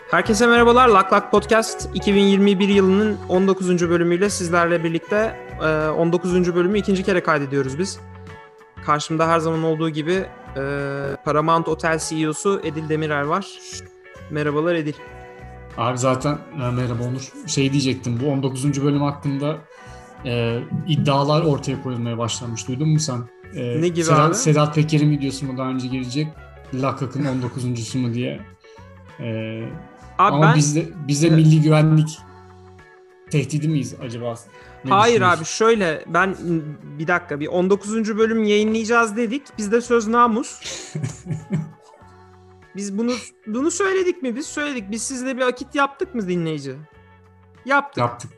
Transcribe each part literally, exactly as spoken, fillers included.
Herkese merhabalar. Lak Lak Podcast iki bin yirmi bir yılının on dokuzuncu bölümüyle sizlerle birlikte on dokuzuncu bölümü ikinci kere kaydediyoruz biz. Karşımda her zaman olduğu gibi Paramount Otel C E O'su Edil Demirel var. Merhabalar Edil. Abi zaten merhaba Onur. Şey diyecektim, bu on dokuzuncu bölüm hakkında e, iddialar ortaya koyulmaya başlanmış. Duydun mu sen? E, ne gibi Sedat, abi? Sedat Peker'in videosu mu daha önce gelecek? Lakak'ın on dokuzuncusu mu diye. E, abi ama ben... bizde, bizde milli güvenlik tehdidi miyiz acaba? Ne Hayır abi şöyle ben bir dakika bir on dokuzuncu bölüm yayınlayacağız dedik. Bizde söz namus. Biz bunu bunu söyledik mi? Biz söyledik. Biz sizle bir akit yaptık mı dinleyici? Yaptık. Yaptık.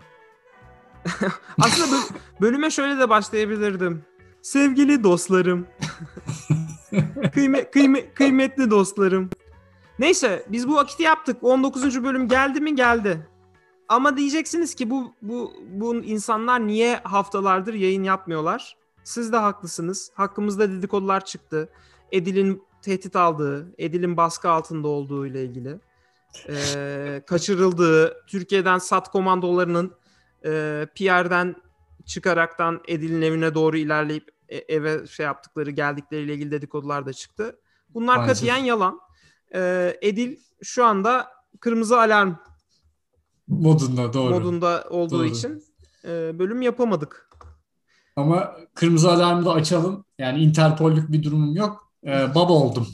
Aslında bölüme şöyle de başlayabilirdim. Sevgili dostlarım. Kıyme, kıyme, kıymetli dostlarım. Neyse biz bu akiti yaptık. on dokuzuncu bölüm geldi mi? Geldi. Ama diyeceksiniz ki bu bu bu insanlar niye haftalardır yayın yapmıyorlar? Siz de haklısınız. Hakkımızda dedikodular çıktı. Edil'in tehdit aldığı, Edil'in baskı altında olduğu ile ilgili. Ee, kaçırıldığı, Türkiye'den SAT komandolarının e, Pierre'den çıkaraktan Edil'in evine doğru ilerleyip e, eve şey yaptıkları, geldikleriyle ilgili dedikodular da çıktı. Bunlar Maalesef. katiyen yalan. Ee, Edil şu anda kırmızı alarm modunda doğru. modunda olduğu doğru. için e, bölüm yapamadık. Ama kırmızı alarmı da açalım. Yani Interpol'lük bir durumum yok. Ee, baba oldum.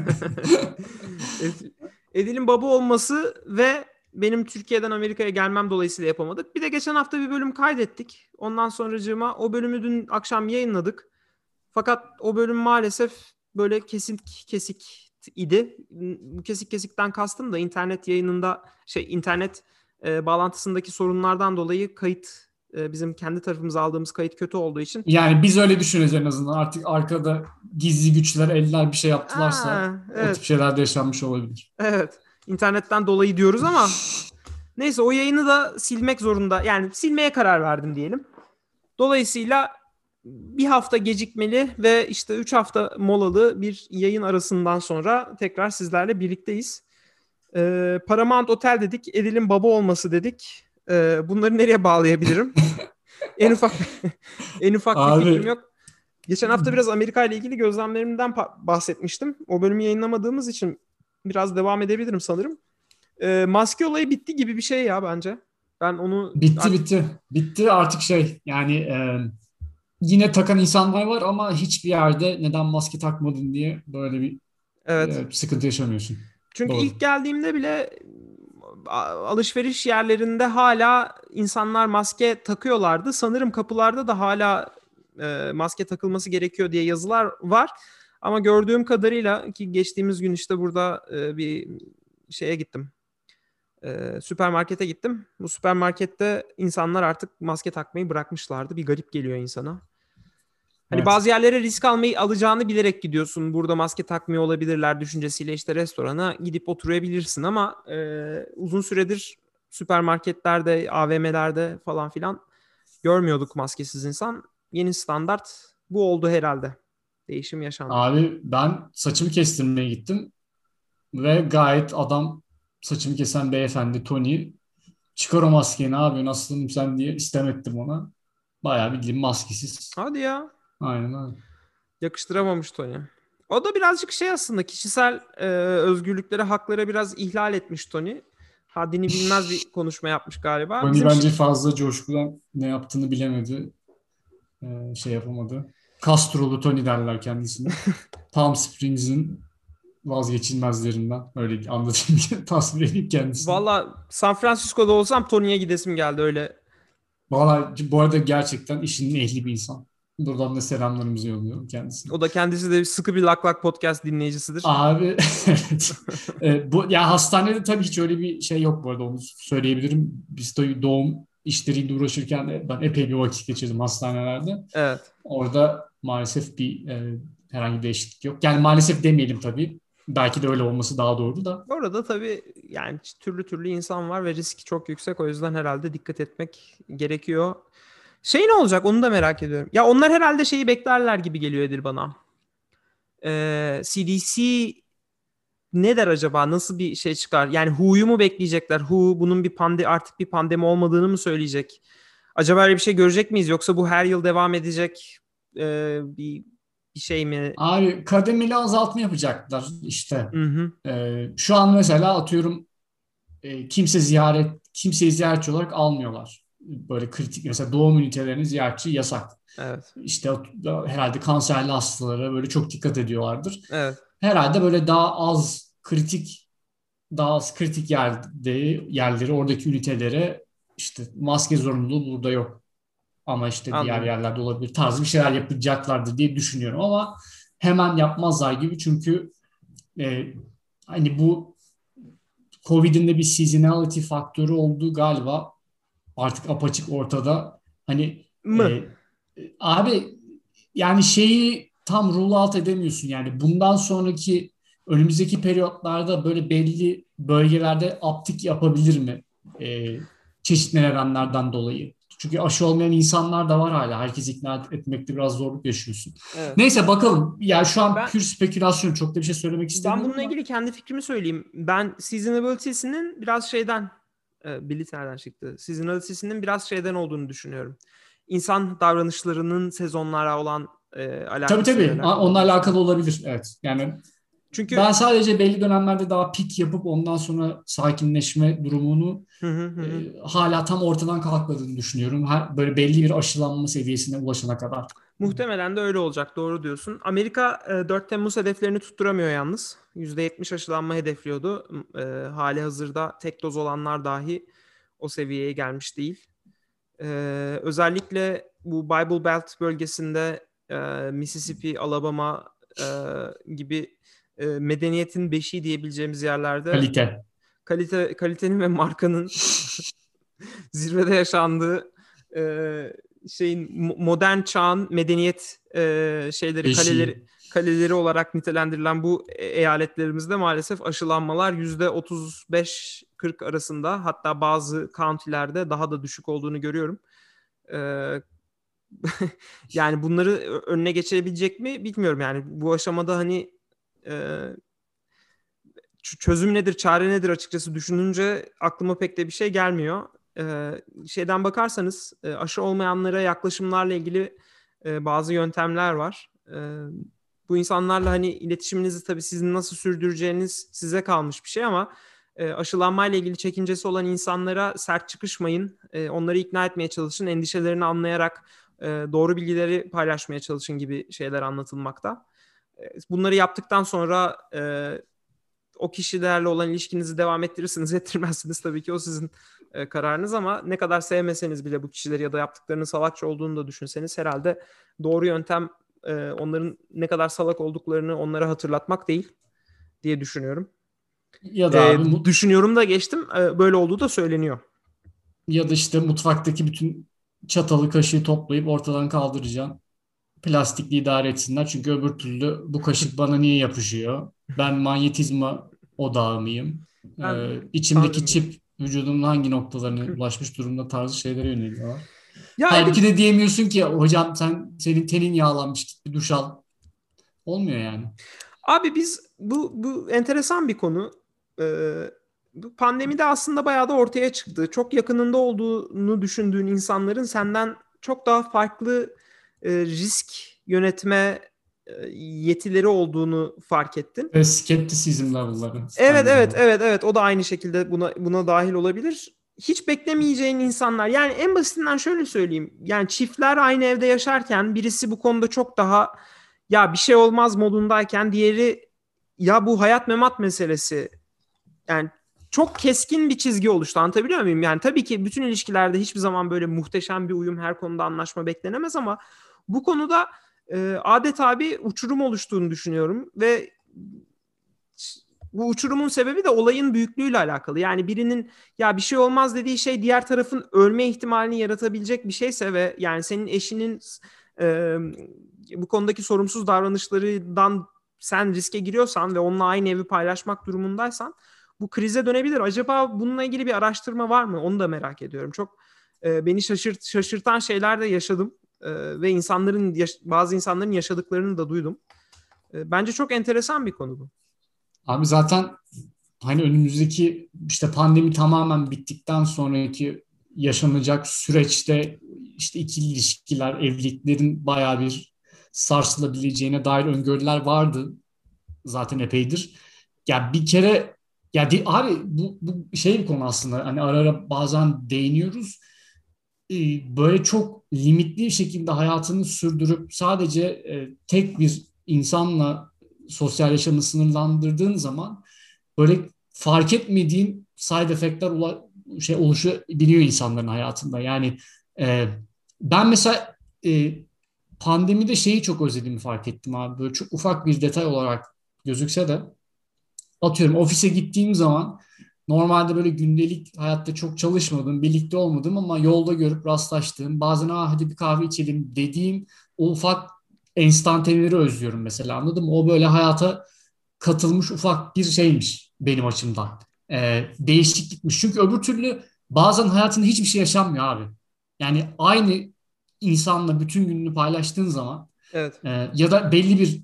Edil'in baba olması ve benim Türkiye'den Amerika'ya gelmem dolayısıyla yapamadık. Bir de geçen hafta bir bölüm kaydettik. Ondan sonracığıma o bölümü dün akşam yayınladık. Fakat o bölüm maalesef böyle kesik kesik idi. Bu kesik kesikten kastım da internet yayınında şey internet e, bağlantısındaki sorunlardan dolayı kayıt e, bizim kendi tarafımıza aldığımız kayıt kötü olduğu için. Yani biz öyle düşünüyoruz en azından. Artık arkada gizli güçler, eller bir şey yaptılarsa Aa, evet. o tip şeyler de yaşanmış olabilir. Evet. İnternetten dolayı diyoruz ama neyse o yayını da silmek zorunda. Yani silmeye karar verdim diyelim. Dolayısıyla bir hafta gecikmeli ve işte üç hafta molalı bir yayın arasından sonra tekrar sizlerle birlikteyiz. Ee, Paramount Otel dedik, Edil'in baba olması dedik. Ee, bunları nereye bağlayabilirim? en ufak en ufak Abi, bir fikrim yok. Geçen hafta biraz Amerika ile ilgili gözlemlerimden bahsetmiştim. O bölümü yayınlamadığımız için biraz devam edebilirim sanırım. Ee, maske olayı bitti gibi bir şey ya bence. Ben onu bitti artık... bitti. Bitti artık şey yani e, yine takan insanlar var ama hiçbir yerde neden maske takmadın diye böyle bir Evet. e, sıkıntı yaşamıyorsun. Çünkü Doğru. ilk geldiğimde bile alışveriş yerlerinde hala insanlar maske takıyorlardı. Sanırım kapılarda da hala e, maske takılması gerekiyor diye yazılar var. Ama gördüğüm kadarıyla ki geçtiğimiz gün işte burada e, bir şeye gittim. E, süpermarkete gittim. Bu süpermarkette insanlar artık maske takmayı bırakmışlardı. Bir garip geliyor insana. Hani Evet. bazı yerlere risk almayı alacağını bilerek gidiyorsun. Burada maske takmıyor olabilirler düşüncesiyle işte restorana gidip oturabilirsin ama e, uzun süredir süpermarketlerde, A V M'lerde falan filan görmüyorduk maskesiz insan. Yeni standart bu oldu herhalde. Değişim yaşandı. Abi ben saçımı kestirmeye gittim ve gayet adam saçımı kesen beyefendi Tony çıkar o maskeyi ne yapıyorsun aslanım sen diye istem ettim ona. Bayağı bildiğin maskesiz. Hadi ya. Aynen öyle. Yakıştıramamış Tony. O da birazcık şey aslında kişisel e, özgürlüklere, haklara biraz ihlal etmiş Tony. Haddini bilmez bir konuşma yapmış galiba. Tony Bizim bence fazla coşkudan ne yaptığını bilemedi. Ee, şey yapamadı. Castrolu Tony derler kendisine. Palm Springs'in vazgeçilmezlerinden. Öyle anlatayım diye tasvir edeyim kendisini. Valla San Francisco'da olsam Tony'ye gidesim geldi öyle. Valla bu arada gerçekten işinin ehli bir insan. Buradan da selamlarımızı yolluyorum kendisine. O da kendisi de sıkı bir Lak Lak podcast dinleyicisidir. Abi evet. e, bu, ya hastanede tabii hiç öyle bir şey yok bu arada onu söyleyebilirim. Biz tabii doğum işleriyle uğraşırken de ben epey bir vakit geçirdim hastanelerde. Evet. Orada maalesef bir e, herhangi bir değişiklik yok. Yani maalesef demeyelim tabii. Belki de öyle olması daha doğru da. Orada tabii yani türlü türlü insan var ve risk çok yüksek. O yüzden herhalde dikkat etmek gerekiyor. Şey ne olacak onu da merak ediyorum. Ya onlar herhalde şeyi beklerler gibi geliyor Edil bana. Ee, C D C ne der acaba? Nasıl bir şey çıkar? Yani Who'yu mu bekleyecekler? Who bunun bir pande artık bir pandemi olmadığını mı söyleyecek? Acaba öyle bir şey görecek miyiz? Yoksa bu her yıl devam edecek e, bir bir şey mi? Abi kademeli azaltma yapacaklar işte. Hı hı. Ee, şu an mesela atıyorum e, kimse ziyaret kimseyi ziyaretçi olarak almıyorlar. Böyle kritik mesela doğum ünitelerinin ziyaretçi yasak. Evet. İşte herhalde kanserli hastalara böyle çok dikkat ediyorlardır. Evet. Herhalde böyle daha az kritik daha az kritik yerde yerleri oradaki ünitelere işte maske zorunluluğu burada yok. Ama işte diğer Anladım. yerlerde olabilir tarzı bir şeyler yapacaklardır diye düşünüyorum ama hemen yapmazlar gibi çünkü e, hani bu Covid'in de bir seasonality faktörü olduğu galiba artık apaçık ortada. Hani Mı? e, abi yani şeyi tam rule out edemiyorsun yani bundan sonraki önümüzdeki periyotlarda böyle belli bölgelerde aptik yapabilir mi? E, çeşitli nedenlerden dolayı. Çünkü aşı olmayan insanlar da var hala. Herkes ikna etmekte biraz zorluk yaşıyorsun. Evet. Neyse bakalım. Ya şu an Ben pür spekülasyon. Çok da bir şey söylemek ben istemiyorum bununla ama ilgili kendi fikrimi söyleyeyim. Ben seasonability'sinin biraz şeyden e, Bilit nereden çıktı? Seasonality'sinin biraz şeyden olduğunu düşünüyorum. İnsan davranışlarının sezonlara olan e, tabii alakasıyla tabii. A- alakalı Onunla olduğunu alakalı düşünüyorum. olabilir. Evet. Yani Çünkü ben sadece belli dönemlerde daha pik yapıp ondan sonra sakinleşme durumunu hı hı hı. hı. e, hala tam ortadan kalkmadığını düşünüyorum. Her, böyle belli bir aşılanma seviyesine ulaşana kadar. Muhtemelen de öyle olacak. Doğru diyorsun. Amerika e, dört Temmuz hedeflerini tutturamıyor yalnız. yüzde yetmiş aşılanma hedefliyordu. E, hali hazırda tek doz olanlar dahi o seviyeye gelmiş değil. E, özellikle bu Bible Belt bölgesinde e, Mississippi, Alabama e, gibi e, medeniyetin beşiği diyebileceğimiz yerlerde Kalite. kalite kalitenin ve markanın zirvede yaşandığı e, şeyin modern çağın medeniyet e, şeyleri kaleleri Beşiği. kaleleri olarak nitelendirilen bu eyaletlerimizde maalesef aşılanmalar yüzde otuz beş kırk arasında, hatta bazı county'lerde daha da düşük olduğunu görüyorum. E, yani bunları önüne geçebilecek mi bilmiyorum. Yani bu aşamada hani e, çözüm nedir, çare nedir açıkçası düşününce aklıma pek de bir şey gelmiyor. Ee, şeyden bakarsanız e, aşı olmayanlara yaklaşımlarla ilgili e, bazı yöntemler var. Ee, bu insanlarla hani iletişiminizi tabii sizin nasıl sürdüreceğiniz size kalmış bir şey ama e, aşılanmayla ilgili çekincesi olan insanlara sert çıkışmayın. E, onları ikna etmeye çalışın, endişelerini anlayarak e, doğru bilgileri paylaşmaya çalışın gibi şeyler anlatılmakta. E, bunları yaptıktan sonra e, o kişilerle olan ilişkinizi devam ettirirsiniz, ettirmezsiniz. Tabii ki o sizin e, kararınız ama ne kadar sevmeseniz bile bu kişileri ya da yaptıklarının salakça olduğunu da düşünseniz herhalde doğru yöntem e, onların ne kadar salak olduklarını onlara hatırlatmak değil diye düşünüyorum. Ya da E, abi mut, düşünüyorum da geçtim. E, böyle olduğu da söyleniyor. ya da işte mutfaktaki bütün çatalı kaşığı toplayıp ortadan kaldıracaksın. Plastikli idare etsinler. Çünkü öbür türlü bu kaşık bana niye yapışıyor? Ben manyetizma odağı mıyım? Ben Ee, içimdeki Tanrım. çip vücudumun hangi noktalarına ulaşmış durumda tarzı şeylere yöneliyorlar. Ya evet. Halbuki de diyemiyorsun ki hocam sen senin tenin yağlanmış git bir duş al. Olmuyor yani. Abi biz bu bu enteresan bir konu. Ee, bu pandemide aslında bayağı da ortaya çıktı. Çok yakınında olduğunu düşündüğün insanların senden çok daha farklı e, risk yönetme e, yetileri olduğunu fark ettin. Ve skeptisizm level'ları Evet, aynı evet, zamanda. evet, evet. O da aynı şekilde buna buna dahil olabilir. Hiç beklemeyeceğin insanlar. Yani en basitinden şöyle söyleyeyim. Yani çiftler aynı evde yaşarken birisi bu konuda çok daha ya bir şey olmaz modundayken diğeri ya bu hayat memat meselesi. Yani çok keskin bir çizgi oluştu. Anlatabiliyor muyum? Yani tabii ki bütün ilişkilerde hiçbir zaman böyle muhteşem bir uyum, her konuda anlaşma beklenemez ama bu konuda e, adeta bir uçurum oluştuğunu düşünüyorum ve bu uçurumun sebebi de olayın büyüklüğüyle alakalı. Yani birinin ya bir şey olmaz dediği şey diğer tarafın ölme ihtimalini yaratabilecek bir şeyse ve yani senin eşinin e, bu konudaki sorumsuz davranışlarından sen riske giriyorsan ve onunla aynı evi paylaşmak durumundaysan bu krize dönebilir. Acaba bununla ilgili bir araştırma var mı? Onu da merak ediyorum. Çok e, beni şaşırt, şaşırtan şeyler de yaşadım e, ve insanların yaş- bazı insanların yaşadıklarını da duydum. E, bence çok enteresan bir konu bu. Abi zaten hani önümüzdeki işte pandemi tamamen bittikten sonraki yaşanacak süreçte işte ikili ilişkiler, evliliklerin bayağı bir sarsılabileceğine dair öngörüler vardı zaten epeydir. Ya bir kere ya di- abi bu, bu şey bir konu aslında hani ara ara bazen değiniyoruz. Ee, böyle çok limitli bir şekilde hayatını sürdürüp sadece e, tek bir insanla sosyal yaşamını sınırlandırdığın zaman böyle fark etmediğin side effect'ler ula- şey oluşabiliyor insanların hayatında. Yani e, ben mesela e, pandemide şeyi çok özlediğimi fark ettim abi. Böyle çok ufak bir detay olarak gözükse de atıyorum ofise gittiğim zaman normalde böyle gündelik hayatta çok çalışmadığım, birlikte olmadığım ama yolda görüp rastlaştığım, bazen ah hadi bir kahve içelim dediğim o ufak enstantaneleri özlüyorum mesela, anladın mı? O böyle hayata katılmış ufak bir şeymiş benim açımdan. Ee, değişiklikmiş. Çünkü öbür türlü bazen hayatında hiçbir şey yaşanmıyor abi. Yani aynı insanla bütün gününü paylaştığın zaman Evet. e, ya da belli bir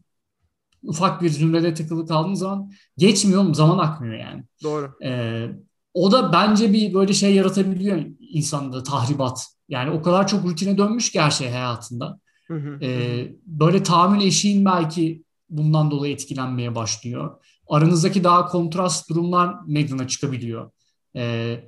ufak bir zümrede tıkılı kaldığın zaman geçmiyor mu? Zaman akmıyor yani. Doğru. Ee, o da bence bir böyle şey yaratabiliyor insanda, tahribat. Yani o kadar çok rutine dönmüş ki her şey hayatında. Hı hı, hı hı. Ee, böyle tahammül eşiğin belki bundan dolayı etkilenmeye başlıyor. Aranızdaki daha kontrast durumlar meydana çıkabiliyor. Ee,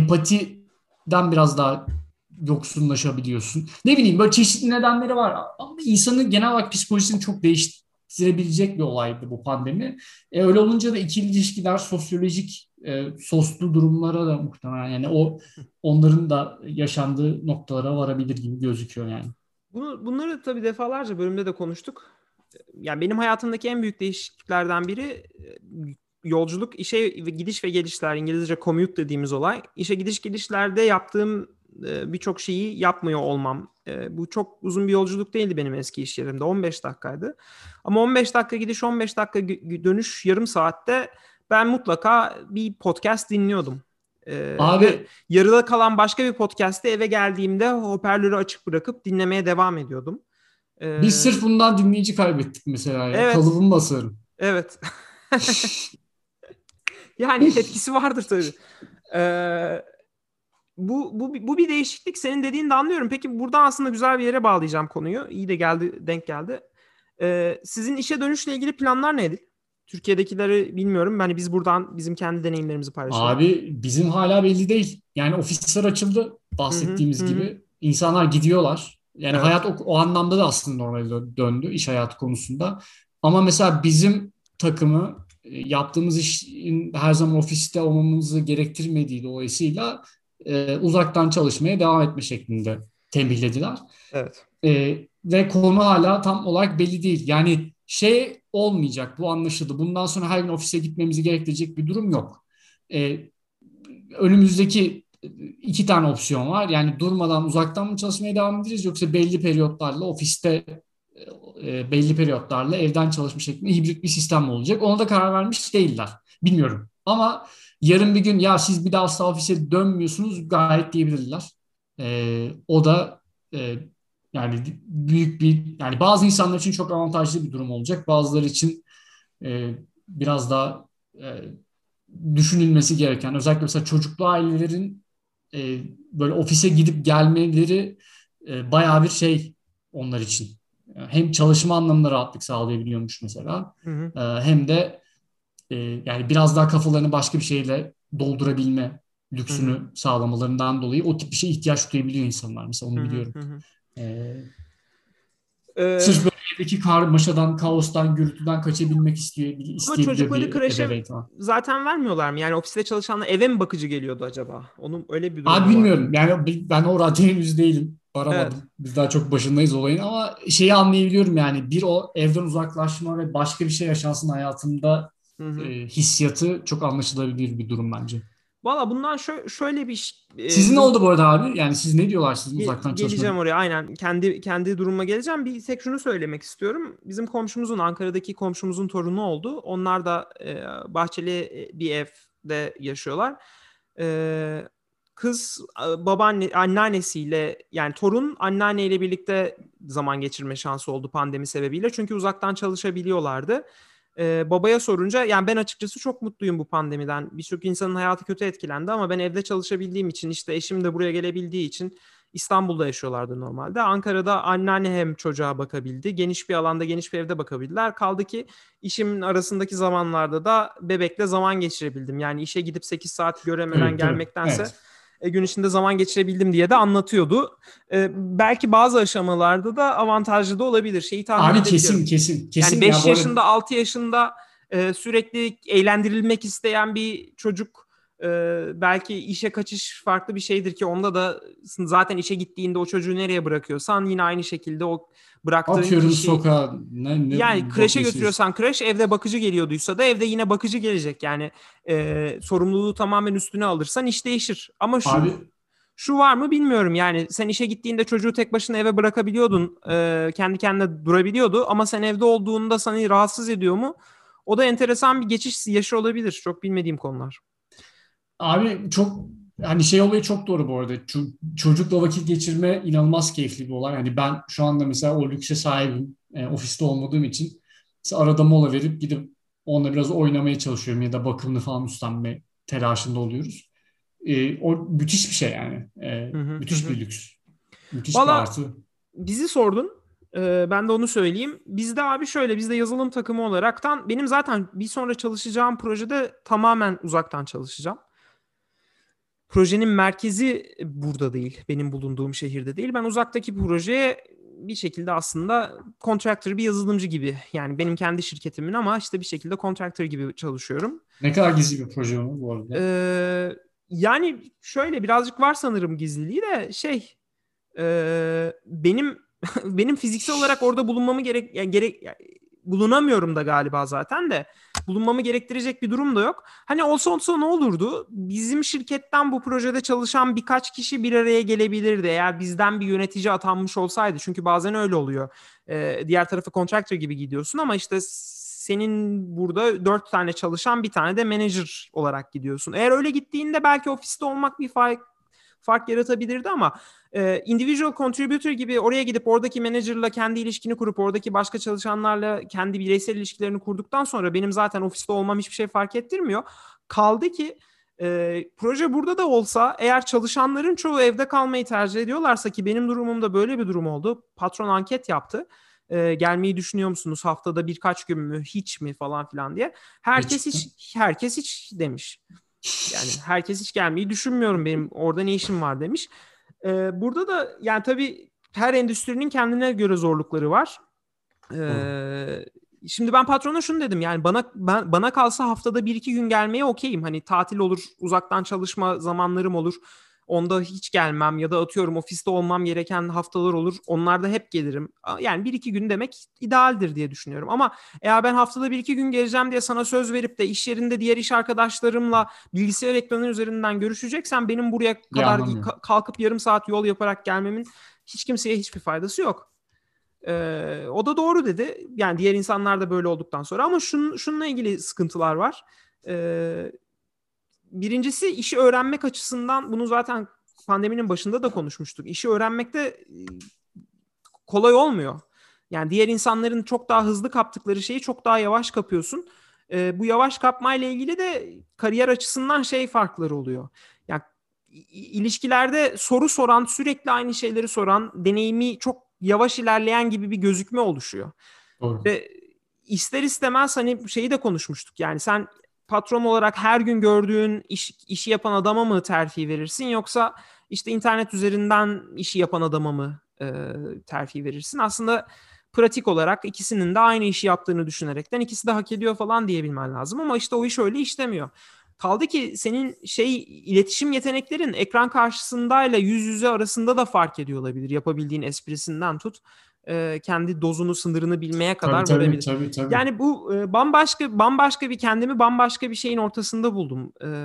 empatiden biraz daha yoksunlaşabiliyorsun. Ne bileyim böyle çeşitli nedenleri var. Ama insanın genel olarak psikolojisini çok değiştirebilecek bir olaydı bu pandemi. E, öyle olunca da ikili ilişkiler sosyolojik e, soslu durumlara da muhtemelen yani o onların da yaşandığı noktalara varabilir gibi gözüküyor yani. Bunu, bunları tabii defalarca bölümde de konuştuk. Yani benim hayatımdaki en büyük değişikliklerden biri e, yolculuk, işe gidiş ve gelişler, İngilizce commute dediğimiz olay. İşe gidiş gelişlerde yaptığım e, birçok şeyi yapmıyor olmam. E, bu çok uzun bir yolculuk değildi benim eski iş yerimde. on beş dakikaydı. Ama on beş dakika gidiş, on beş dakika dönüş yarım saatte ben mutlaka bir podcast dinliyordum. E, ve Abi yarıda kalan başka bir podcast'te eve geldiğimde hoparlörü açık bırakıp dinlemeye devam ediyordum. biz E, sırf bundan dinleyici kaybettik mesela ya. evet, Kalıbımı basarım. evet. Yani etkisi vardır tabii. Ee, bu, bu, bu bir değişiklik. Senin dediğini de anlıyorum. Peki buradan aslında güzel bir yere bağlayacağım konuyu. İyi de geldi, denk geldi. Ee, sizin işe dönüşle ilgili planlar neydi? Türkiye'dekileri bilmiyorum. Yani biz buradan bizim kendi deneyimlerimizi paylaşalım. Abi bizim hala belli değil. Yani ofisler açıldı Hı hı, bahsettiğimiz hı hı. gibi. İnsanlar gidiyorlar. Yani hayat Evet. o, o anlamda da aslında normale dö- döndü iş hayatı konusunda. Ama mesela bizim takımı e, yaptığımız işin her zaman ofiste olmamızı gerektirmediği dolayısıyla e, uzaktan çalışmaya devam etme şeklinde tembihlediler. Evet. E, ve konu hala tam olarak belli değil. Yani şey olmayacak, bu anlaşıldı. Bundan sonra her gün ofise gitmemizi gerektirecek bir durum yok. E, önümüzdeki iki tane opsiyon var. Yani durmadan uzaktan mı çalışmaya devam edeceğiz yoksa belli periyotlarla ofiste e, belli periyotlarla evden çalışma şeklinde hibrit bir sistem mi olacak? Ona da karar vermiş değiller. Bilmiyorum. Ama yarın bir gün ya siz bir daha asla ofise dönmüyorsunuz gayet diyebilirler. E, o da e, yani büyük bir yani bazı insanlar için çok avantajlı bir durum olacak. Bazıları için e, biraz daha e, düşünülmesi gereken özellikle mesela çocuklu ailelerin e, böyle ofise gidip gelmeleri e, bayağı bir şey onlar için. Hem çalışma anlamında rahatlık sağlayabiliyormuş mesela. Hı hı, E, hem de e, yani biraz daha kafalarını başka bir şeyle doldurabilme hı hı, lüksünü sağlamalarından dolayı o tip bir şeye ihtiyaç duyabiliyor insanlar. Mesela hı onu hı, biliyorum. hı hı. E, Ee, sırf böyle evdeki karmaşadan, kaostan, gürültüden kaçabilmek istiyor, ama isteyebiliyor çocukları bir kreşe ebeveyn falan. zaten vermiyorlar mı? Yani ofiste çalışanlar eve mi bakıcı geliyordu acaba? Onun öyle bir durum Abi mu var? bilmiyorum. Yani ben o radyo henüz değilim. Evet. Varamadım. Biz daha çok başındayız olayın ama şeyi anlayabiliyorum yani. Bir o evden uzaklaşma ve başka bir şey yaşansın hayatımda Hı hı. e, hissiyatı çok anlaşılabilir bir durum bence. Valla bundan şö- şöyle bir ş- e, Sizin ne bizim oldu bu arada abi? Yani siz ne diyorlar sizin ge- uzaktan çalışma? geleceğim oraya aynen kendi kendi durumuma geleceğim. Bir tek şunu söylemek istiyorum. Bizim komşumuzun Ankara'daki komşumuzun torunu oldu. Onlar da e, bahçeli e, bir evde yaşıyorlar. E, kız e, babaanne anneannesiyle yani torun anneanneyle birlikte zaman geçirme şansı oldu pandemi sebebiyle. Çünkü uzaktan çalışabiliyorlardı. Ee, babaya sorunca yani ben açıkçası çok mutluyum bu pandemiden. Birçok insanın hayatı kötü etkilendi ama ben evde çalışabildiğim için, işte eşim de buraya gelebildiği için, İstanbul'da yaşıyorlardı normalde. Ankara'da anneanne hem çocuğa bakabildi. Geniş bir alanda, geniş bir evde bakabildiler. Kaldı ki işimin arasındaki zamanlarda da bebekle zaman geçirebildim. Yani işe gidip sekiz saat göremeden Evet, evet, gelmektense evet. e, gün içinde zaman geçirebildim diye de anlatıyordu. E, belki bazı aşamalarda da avantajlı da olabilir. Şeyi tahmin Abi kesin edebiliyorum. kesin Yani kesin ya beş bu arada. yaşında, altı yaşında e, sürekli eğlendirilmek isteyen bir çocuk e, belki işe kaçış farklı bir şeydir ki onda da zaten işe gittiğinde o çocuğu nereye bırakıyorsan yine aynı şekilde o bıraktığın Atıyorum kişi, sokağa ne, ne yani kreşe bakıyorsa işte. götürüyorsan kreş, evde bakıcı geliyorduysa da evde yine bakıcı gelecek. Yani e, sorumluluğu tamamen üstüne alırsan iş değişir. Ama şu Abi şu var mı bilmiyorum. Yani sen işe gittiğinde çocuğu tek başına eve bırakabiliyordun. E, kendi kendine durabiliyordu. Ama sen evde olduğunda seni rahatsız ediyor mu? O da enteresan bir geçiş yaşı olabilir. Çok bilmediğim konular. Abi çok hani şey olayı çok doğru bu arada. Ço- çocukla vakit geçirme inanılmaz keyifli bir olay. Hani ben şu anda mesela o lükse sahibim. E, ofiste olmadığım için mesela arada mola verip gidip onunla biraz oynamaya çalışıyorum ya da bakımını falan üstlenme telaşında oluyoruz. E, o müthiş bir şey yani. E, Hı hı, hı müthiş hı. bir lüks. Müthiş bir Valla artı. bizi sordun. Ee, ben de onu söyleyeyim. Bizde abi şöyle, bizde yazılım takımı olaraktan benim zaten bir sonra çalışacağım projede tamamen uzaktan çalışacağım. Projenin merkezi burada değil, benim bulunduğum şehirde değil. Ben uzaktaki projeye bir şekilde aslında contractor, bir yazılımcı gibi. Yani benim kendi şirketimin ama işte bir şekilde contractor gibi çalışıyorum. Ne kadar gizli bir proje o bu arada. Ee, yani şöyle birazcık var sanırım gizliliği de şey, e, benim benim fiziksel olarak orada bulunmamı gerek yani gerek yani bulunamıyorum da galiba, zaten de bulunmamı gerektirecek bir durum da yok. Hani olsa olsa ne olurdu? Bizim şirketten bu projede çalışan birkaç kişi bir araya gelebilirdi eğer bizden bir yönetici atanmış olsaydı. Çünkü bazen öyle oluyor. Ee, diğer tarafa contractor gibi gidiyorsun ama işte senin burada dört tane çalışan, bir tane de manager olarak gidiyorsun. Eğer öyle gittiğinde belki ofiste olmak bir fark, fark yaratabilirdi ama e, individual contributor gibi oraya gidip oradaki manager'la kendi ilişkini kurup oradaki başka çalışanlarla kendi bireysel ilişkilerini kurduktan sonra benim zaten ofiste olmam hiçbir şey fark ettirmiyor. Kaldı ki e, proje burada da olsa, eğer çalışanların çoğu evde kalmayı tercih ediyorlarsa, ki benim durumumda böyle bir durum oldu. Patron anket yaptı. E, gelmeyi düşünüyor musunuz? Haftada birkaç gün mü? Hiç mi? Falan filan diye. Ne Herkes çıktı? hiç, herkes hiç demiş. Yani herkes hiç gelmeyi düşünmüyorum, benim orada ne işim var demiş. Ee, burada da yani tabii her endüstrinin kendine göre zorlukları var. Doğru. Ee, şimdi ben patrona şunu dedim, yani bana ben, bana kalsa haftada bir iki gün gelmeye okeyim. Hani tatil olur, uzaktan çalışma zamanlarım olur. Onda hiç gelmem ya da atıyorum ofiste olmam gereken haftalar olur. Onlarda hep gelirim. Yani bir iki gün demek idealdir diye düşünüyorum. Ama eğer ben haftada bir iki gün geleceğim diye sana söz verip de iş yerinde diğer iş arkadaşlarımla bilgisayar ekranı üzerinden görüşeceksem, benim buraya Bir kadar anlamı yok. kalkıp yarım saat yol yaparak gelmemin hiç kimseye hiçbir faydası yok. Ee, o da doğru dedi. Yani diğer insanlar da böyle olduktan sonra, ama şun, şununla ilgili sıkıntılar var. Ee, birincisi, işi öğrenmek açısından, bunu zaten pandeminin başında da konuşmuştuk. İşi öğrenmekte e, kolay olmuyor. Yani diğer insanların çok daha hızlı kaptıkları şeyi çok daha yavaş kapıyorsun. Ee, bu yavaş kapmayla ilgili de kariyer açısından şey farkları oluyor. Yani ilişkilerde soru soran, sürekli aynı şeyleri soran, deneyimi çok yavaş ilerleyen gibi bir gözükme oluşuyor. Doğru. Ve ister istemez hani şeyi de konuşmuştuk. Yani sen patron olarak her gün gördüğün iş, işi yapan adama mı terfi verirsin, yoksa işte internet üzerinden işi yapan adama mı e, terfi verirsin? Aslında pratik olarak ikisinin de aynı işi yaptığını düşünerekten ikisi de hak ediyor falan diyebilmen lazım, ama işte o iş öyle işlemiyor. Kaldı ki senin şey iletişim yeteneklerin ekran karşısındayla yüz yüze arasında da fark ediyor olabilir. Yapabildiğin esprisinden tut, e, kendi dozunu, sınırını bilmeye Tabii kadar tabii varabilir. tabii tabii. Yani bu e, bambaşka bambaşka bir kendimi bambaşka bir şeyin ortasında buldum. E,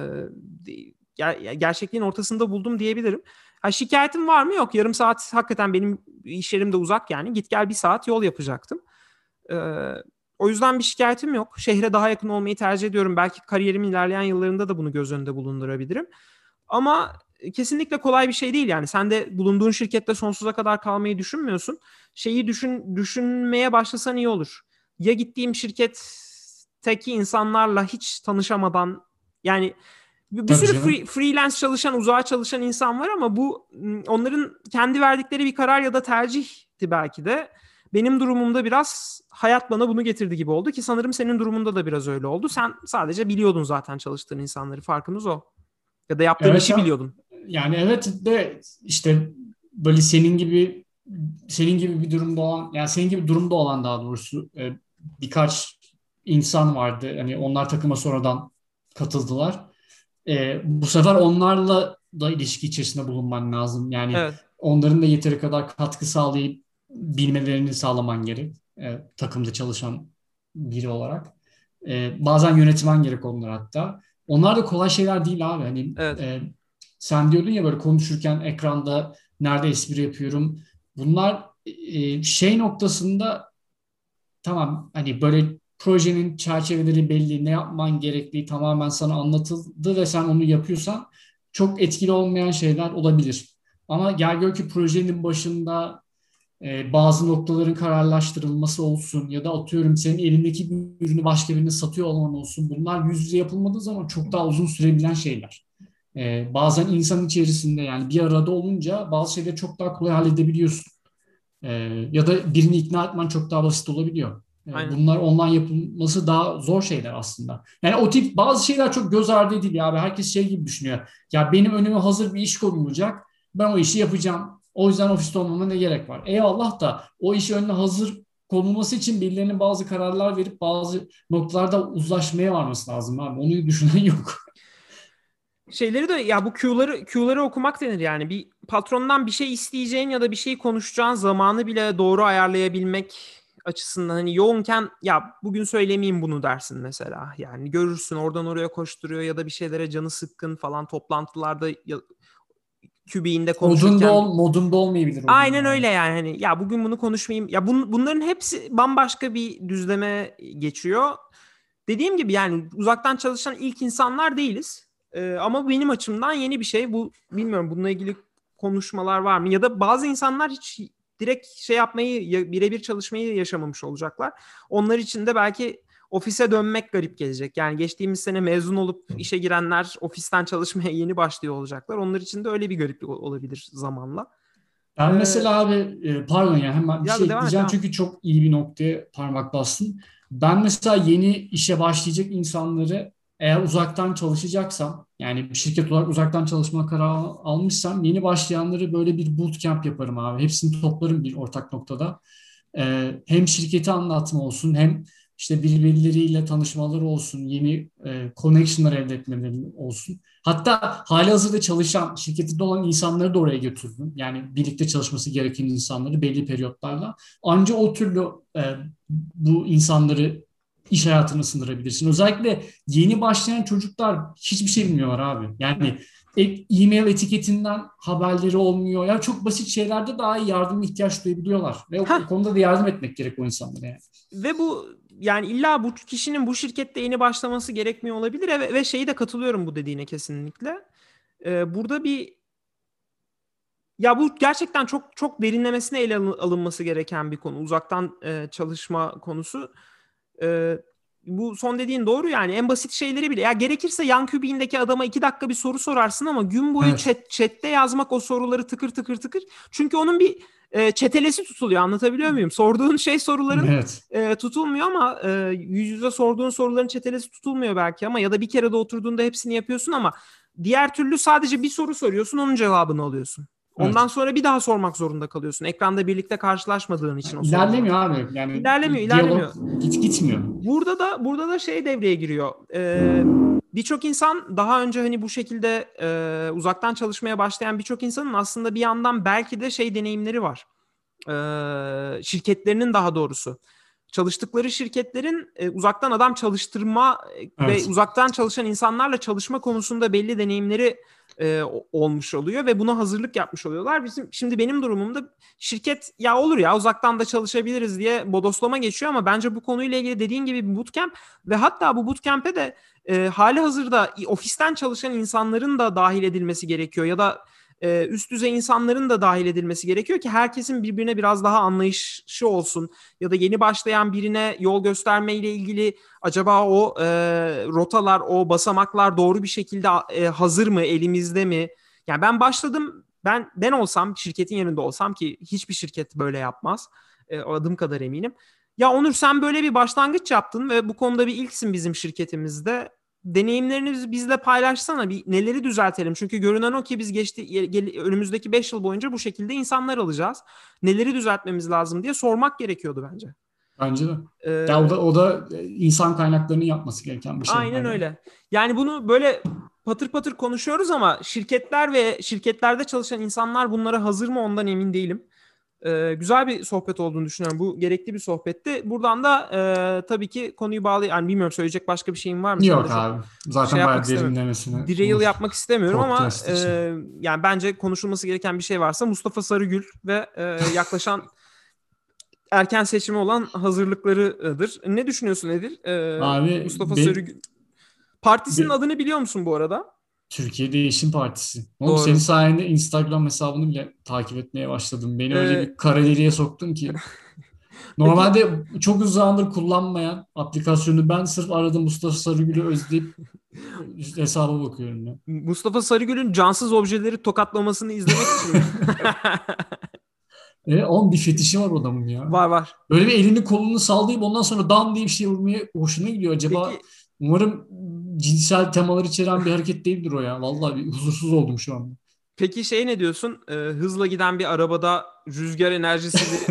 ger- gerçekliğin ortasında buldum diyebilirim. Ha, şikayetim var mı? Yok. Yarım saat hakikaten benim iş yerim de uzak yani. Git gel bir saat yol yapacaktım. E, o yüzden bir şikayetim yok. Şehre daha yakın olmayı tercih ediyorum. Belki kariyerimin ilerleyen yıllarında da bunu göz önünde bulundurabilirim. Ama kesinlikle kolay bir şey değil yani. Sen de bulunduğun şirkette sonsuza kadar kalmayı düşünmüyorsun. Şeyi düşün düşünmeye başlasan iyi olur. Ya gittiğim şirket teki insanlarla hiç tanışamadan, yani bir Tabii sürü canım. free, freelance çalışan, uzağa çalışan insan var ama bu onların kendi verdikleri bir karar ya da tercihti belki de. Benim durumumda biraz hayat bana bunu getirdi gibi oldu ki sanırım senin durumunda da biraz öyle oldu. Sen sadece biliyordun zaten çalıştığın insanları, farkımız o. Ya da yaptığın Evet işi ya, biliyordun. yani evet de işte böyle senin gibi senin gibi bir durumda olan, yani senin gibi durumda olan daha doğrusu e, birkaç insan vardı. Hani onlar takıma sonradan katıldılar. E, bu sefer onlarla da ilişki içerisinde bulunman lazım. Yani Evet. onların da yeteri kadar katkı sağlayıp bilmelerini sağlaman gerek. E, takımda çalışan biri olarak. E, bazen yönetmen gerek onlar hatta. Onlar da kolay şeyler değil abi. Hani Evet. e, sen diyordun ya böyle konuşurken ekranda nerede espri yapıyorum. Bunlar e, şey noktasında tamam, hani böyle projenin çerçeveleri belli, ne yapman gerektiği tamamen sana anlatıldı ve sen onu yapıyorsan çok etkili olmayan şeyler olabilir. Ama gel gör ki projenin başında e, bazı noktaların kararlaştırılması olsun ya da atıyorum senin elindeki bir ürünü başka birine satıyor olman olsun. Bunlar yüz yüze yapılmadığı zaman çok daha uzun sürebilen şeyler. E, bazen insan içerisinde yani bir arada olunca bazı şeyleri çok daha kolay halledebiliyorsun. Ee, ya da birini ikna etmen çok daha basit olabiliyor. Ee, Aynen. bunlar online yapılması daha zor şeyler aslında. Yani o tip bazı şeyler çok göz ardı ediliyor abi. Herkes şey gibi düşünüyor. Ya benim önüme hazır bir iş konulacak. Ben o işi yapacağım. O yüzden ofiste olmama ne gerek var? Eyvallah da o iş önüne hazır konulması için birilerinin bazı kararlar verip bazı noktalarda uzlaşmaya varması lazım abi. Onu düşünen yok. Şeyleri de ya bu Q'ları Q'ları okumak denir yani. Bir patrondan bir şey isteyeceğin ya da bir şey konuşacağın zamanı bile doğru ayarlayabilmek açısından hani yoğunken ya bugün söylemeyeyim bunu dersin mesela. Yani görürsün oradan oraya koşturuyor ya da bir şeylere canı sıkkın falan toplantılarda ya, kübiğinde Modunda, konuşurken. ol, modunda olmayabilir o gün Aynen yani. öyle yani hani ya bugün bunu konuşmayayım. Ya bun, bunların hepsi bambaşka bir düzleme geçiyor. Dediğim gibi yani uzaktan çalışan ilk insanlar değiliz. Ee, ama benim açımdan yeni bir şey. Bu bilmiyorum bununla ilgili konuşmalar var mı? Ya da bazı insanlar hiç direkt şey yapmayı, birebir çalışmayı yaşamamış olacaklar. Onlar için de belki ofise dönmek garip gelecek. Yani geçtiğimiz sene mezun olup işe girenler ofisten çalışmaya yeni başlıyor olacaklar. Onlar için de öyle bir gariplik olabilir zamanla. Ben Ee, mesela abi e, pardon ya hemen bir ya şey devam et ekleyeceğim devam. çünkü çok iyi bir noktaya parmak bastın. Ben mesela yeni işe başlayacak insanları eğer uzaktan çalışacaksam yani bir şirket olarak uzaktan çalışma kararı almışsam yeni başlayanları böyle bir bootcamp yaparım abi. Hepsini toplarım bir ortak noktada. Ee, hem şirketi anlatma olsun hem işte birbirleriyle tanışmaları olsun, yeni e, connectionlar elde etmeleri olsun. Hatta halihazırda çalışan, şirketinde olan insanları da oraya götürdüm. Yani birlikte çalışması gereken insanları belli periyotlarla. Anca o türlü e, bu insanları iş hayatına sındırabilirsin. Özellikle yeni başlayan çocuklar hiçbir şey bilmiyorlar abi. Yani e- e-mail etiketinden haberleri olmuyor. Ya çok basit şeylerde daha iyi yardıma ihtiyaç duyabiliyorlar. Ve o, o Heh, konuda da yardım etmek gerek o insanlara yani. ve bu yani illa bu kişinin bu şirkette yeni başlaması gerekmiyor olabilir ve, ve şeyi de katılıyorum bu dediğine kesinlikle. Ee, burada bir ya bu gerçekten çok çok derinlemesine ele alın- alınması gereken bir konu. Uzaktan e, çalışma konusu. Ee, bu son dediğin doğru yani en basit şeyleri bile. Ya gerekirse yan kübiğindeki adama iki dakika bir soru sorarsın ama gün boyu Evet. chat, chatte yazmak o soruları tıkır tıkır tıkır. Çünkü onun bir e, çetelesi tutuluyor anlatabiliyor muyum? Sorduğun şey soruların Evet. e, tutulmuyor ama e, yüz yüze sorduğun soruların çetelesi tutulmuyor belki ama ya da bir kere de oturduğunda hepsini yapıyorsun ama diğer türlü sadece bir soru soruyorsun onun cevabını alıyorsun. Ondan Evet. sonra bir daha sormak zorunda kalıyorsun. Ekranda birlikte karşılaşmadığın için o sorularla. İlerlemiyor abi. Yani İlerlemiyor, diyalog ilerlemiyor. git gitmiyor. Burada da burada da şey devreye giriyor. Ee, birçok insan daha önce hani bu şekilde e, uzaktan çalışmaya başlayan birçok insanın aslında bir yandan belki de şey deneyimleri var. Ee, şirketlerinin daha doğrusu. Çalıştıkları şirketlerin e, uzaktan adam çalıştırma e, ve Evet. uzaktan çalışan insanlarla çalışma konusunda belli deneyimleri e, olmuş oluyor ve buna hazırlık yapmış oluyorlar. Bizim şimdi benim durumumda şirket ya olur ya uzaktan da çalışabiliriz diye bodoslama geçiyor ama bence bu konuyla ilgili dediğin gibi bir bootcamp ve hatta bu bootcamp'e de e, hali hazırda ofisten çalışan insanların da dahil edilmesi gerekiyor ya da e, üst düzey insanların da dahil edilmesi gerekiyor ki herkesin birbirine biraz daha anlayışı olsun. Ya da yeni başlayan birine yol gösterme ile ilgili acaba o e, rotalar, o basamaklar doğru bir şekilde e, hazır mı, elimizde mi? Yani ben başladım, ben ben olsam, şirketin yerinde olsam ki hiçbir şirket böyle yapmaz. E, adım kadar eminim. Ya Onur, sen böyle bir başlangıç yaptın ve bu konuda bir ilksin bizim şirketimizde. Deneyimlerini bizle paylaşsana, bir neleri düzeltelim. Çünkü görünen o ki biz geçti gel, önümüzdeki beş yıl boyunca bu şekilde insanlar alacağız. Neleri düzeltmemiz lazım diye sormak gerekiyordu bence. Bence de. Ee, Ya o da o da insan kaynaklarının yapması gereken bir şey. aynen Yani. öyle. Yani bunu böyle patır patır konuşuyoruz ama şirketler ve şirketlerde çalışan insanlar bunlara hazır mı, ondan emin değilim. Ee, güzel bir sohbet olduğunu düşünüyorum. Bu gerekli bir sohbetti. Buradan da e, tabii ki konuyu bağlı, yani bilmiyorum, söyleyecek başka bir şeyin var mı? Sen de Yok çok abi. şey Zaten yapmak bayağı istemiyorum. derinlemesine Derail olur yapmak istemiyorum ama podcast e, için. yani bence konuşulması gereken bir şey varsa Mustafa Sarıgül ve e, yaklaşan erken seçimi olan hazırlıklarıdır. Ne düşünüyorsun Edil? E, Abi Mustafa ben, Sarıgül. Partisinin ben adını biliyor musun bu arada? Türkiye Değişim Partisi. Oğlum senin Doğru. sayende Instagram hesabını bile takip etmeye başladım. Beni öyle E, bir kara deliğe soktun ki. peki Normalde çok uzun zamandır kullanmayan aplikasyonu ben sırf aradım Mustafa Sarıgül'ü özleyip hesaba bakıyorum ya. Mustafa Sarıgül'ün cansız objeleri tokatlamasını izlemek için mi? E, oğlum bir fetişi var adamın ya. Var var. Böyle bir elini kolunu sallayıp ondan sonra dan diye bir şey vurmaya hoşuna gidiyor. Acaba Peki umarım cinsel temalar içeren bir hareket değildir o ya. Vallahi bir huzursuz oldum şu anda. peki şey ne diyorsun? Ee, hızla giden bir arabada rüzgar enerjisini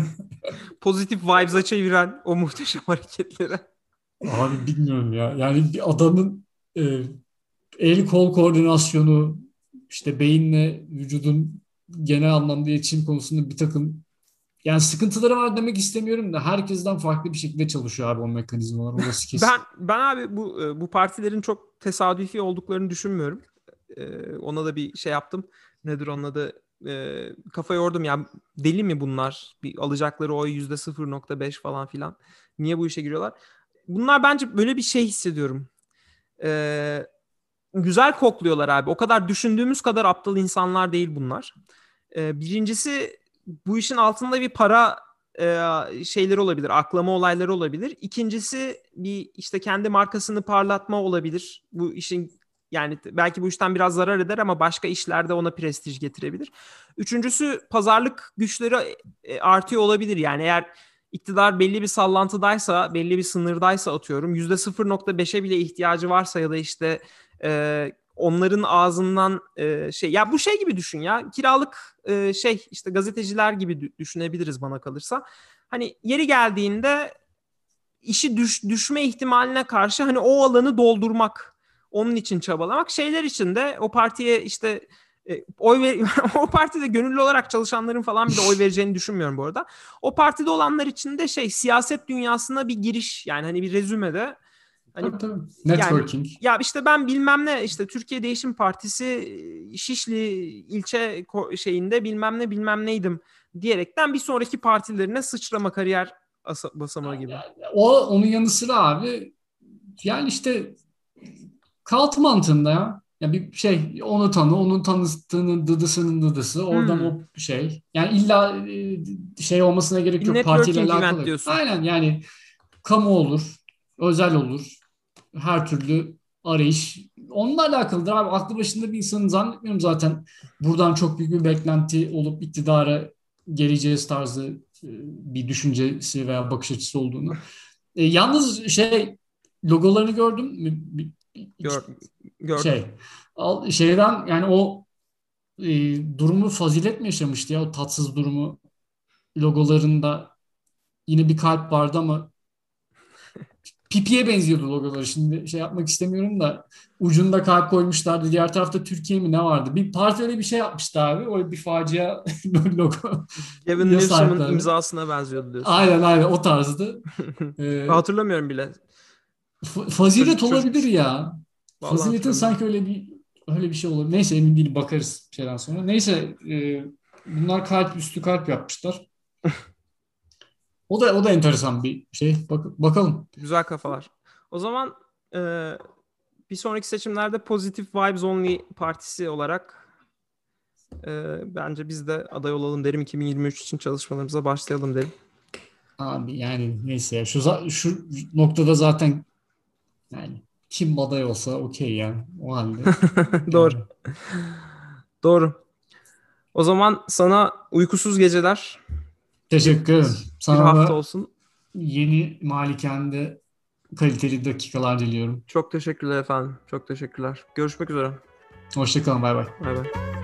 pozitif vibes'a çeviren o muhteşem hareketlere. Abi bilmiyorum ya. Yani bir adamın e, el kol koordinasyonu işte beyinle vücudun genel anlamda iletişim konusunda bir takım yani sıkıntıları var demek istemiyorum da herkesten farklı bir şekilde çalışıyor abi o mekanizmalar. Orası Ben kesin. ben abi bu e, bu partilerin çok tesadüfi olduklarını düşünmüyorum. Ee, ona da bir şey yaptım. Nedir onun adı? Ee, kafa yordum ya, deli mi bunlar? Bir alacakları oy yüzde sıfır nokta beş falan filan. Niye bu işe giriyorlar? Bunlar bence böyle bir şey hissediyorum. Ee, güzel kokluyorlar abi. O kadar düşündüğümüz kadar aptal insanlar değil bunlar. Ee, birincisi, bu işin altında bir para e, şeyleri olabilir, aklama olayları olabilir. İkincisi, bir işte kendi markasını parlatma olabilir. Bu işin, yani belki bu işten biraz zarar eder ama başka işlerde ona prestij getirebilir. Üçüncüsü, pazarlık güçleri e, artıyor olabilir. Yani eğer iktidar belli bir sallantıdaysa, belli bir sınırdaysa, atıyorum yüzde sıfır nokta beşe bile ihtiyacı varsa ya da işte e, onların ağzından e, şey, ya bu şey gibi düşün ya, kiralık e, şey işte gazeteciler gibi düşünebiliriz bana kalırsa. Hani yeri geldiğinde işi düş, düşme ihtimaline karşı hani o alanı doldurmak, onun için çabalamak, şeyler için de o partiye işte e, oy ver o partide gönüllü olarak çalışanların falan bile oy vereceğini düşünmüyorum bu arada. O partide olanlar için de şey, siyaset dünyasına bir giriş, yani hani bir rezümede. Hani Tabii tabii. yani Networking. ya işte ben bilmem ne, işte Türkiye Değişim Partisi Şişli ilçe şeyinde bilmem ne bilmem neydim diyerekten bir sonraki partilerine sıçrama, kariyer basamağı gibi. O onun yanı sıra abi yani işte kalt mantığında ya. Ya bir şey onu tanı, onun tanıtığının dıdısının dıdısı, oradan Hmm. o şey. Yani illa e, şey olmasına gerek Bir yok. Partiyle networking event alakalı. diyorsun. Aynen yani kamu olur, özel olur. Her türlü arayış. Onunla alakalıdır abi. Aklı başında bir insanın zannetmiyorum zaten buradan çok büyük bir beklenti olup iktidara geleceğiz tarzı e, bir düşüncesi veya bakış açısı olduğunu. E, yalnız şey logolarını gördüm. Bir- Gör, gördüm. Şey al, şeyden yani o e, durumu fazilet mi yaşamıştı ya o tatsız durumu logolarında yine bir kalp vardı ama pipiye benziyordu logoları. Şimdi şey yapmak istemiyorum da ucunda kalp koymuşlardı. Diğer tarafta Türkiye mi ne vardı? Bir parti öyle bir şey yapmıştı abi. O bir facia logo Gavin ya Newsom'un sahipti abi. imzasına benziyordu diyorsun. Aynen aynen o tarzdı. Ee, Hatırlamıyorum bile. fa- Çocuk fazilet olabilir çocukmuşum. ya. Vallahi Faziletin hatırlamıyorum. sanki öyle bir öyle bir şey olur. Neyse emin değilim bakarız şeyden sonra. Neyse e, bunlar kalp üstü kalp yapmışlar. O da o da enteresan bir şey. Bak, bakalım. Güzel kafalar. O zaman e, bir sonraki seçimlerde Positive Vibes Only partisi olarak Ee, bence biz de aday olalım derim. iki bin yirmi üç için çalışmalarımıza başlayalım derim. Abi yani neyse ya. Şu, za- şu noktada zaten yani kim aday olsa okey yani. O halde. Doğru. Yani. Doğru. O zaman sana uykusuz geceler. Bir, Teşekkür ederim. bir Sana hafta da olsun. yeni malikende kaliteli dakikalar diliyorum. Çok teşekkürler efendim. Çok teşekkürler. Görüşmek üzere. Hoşça kalın. Bay bay. Bay bay.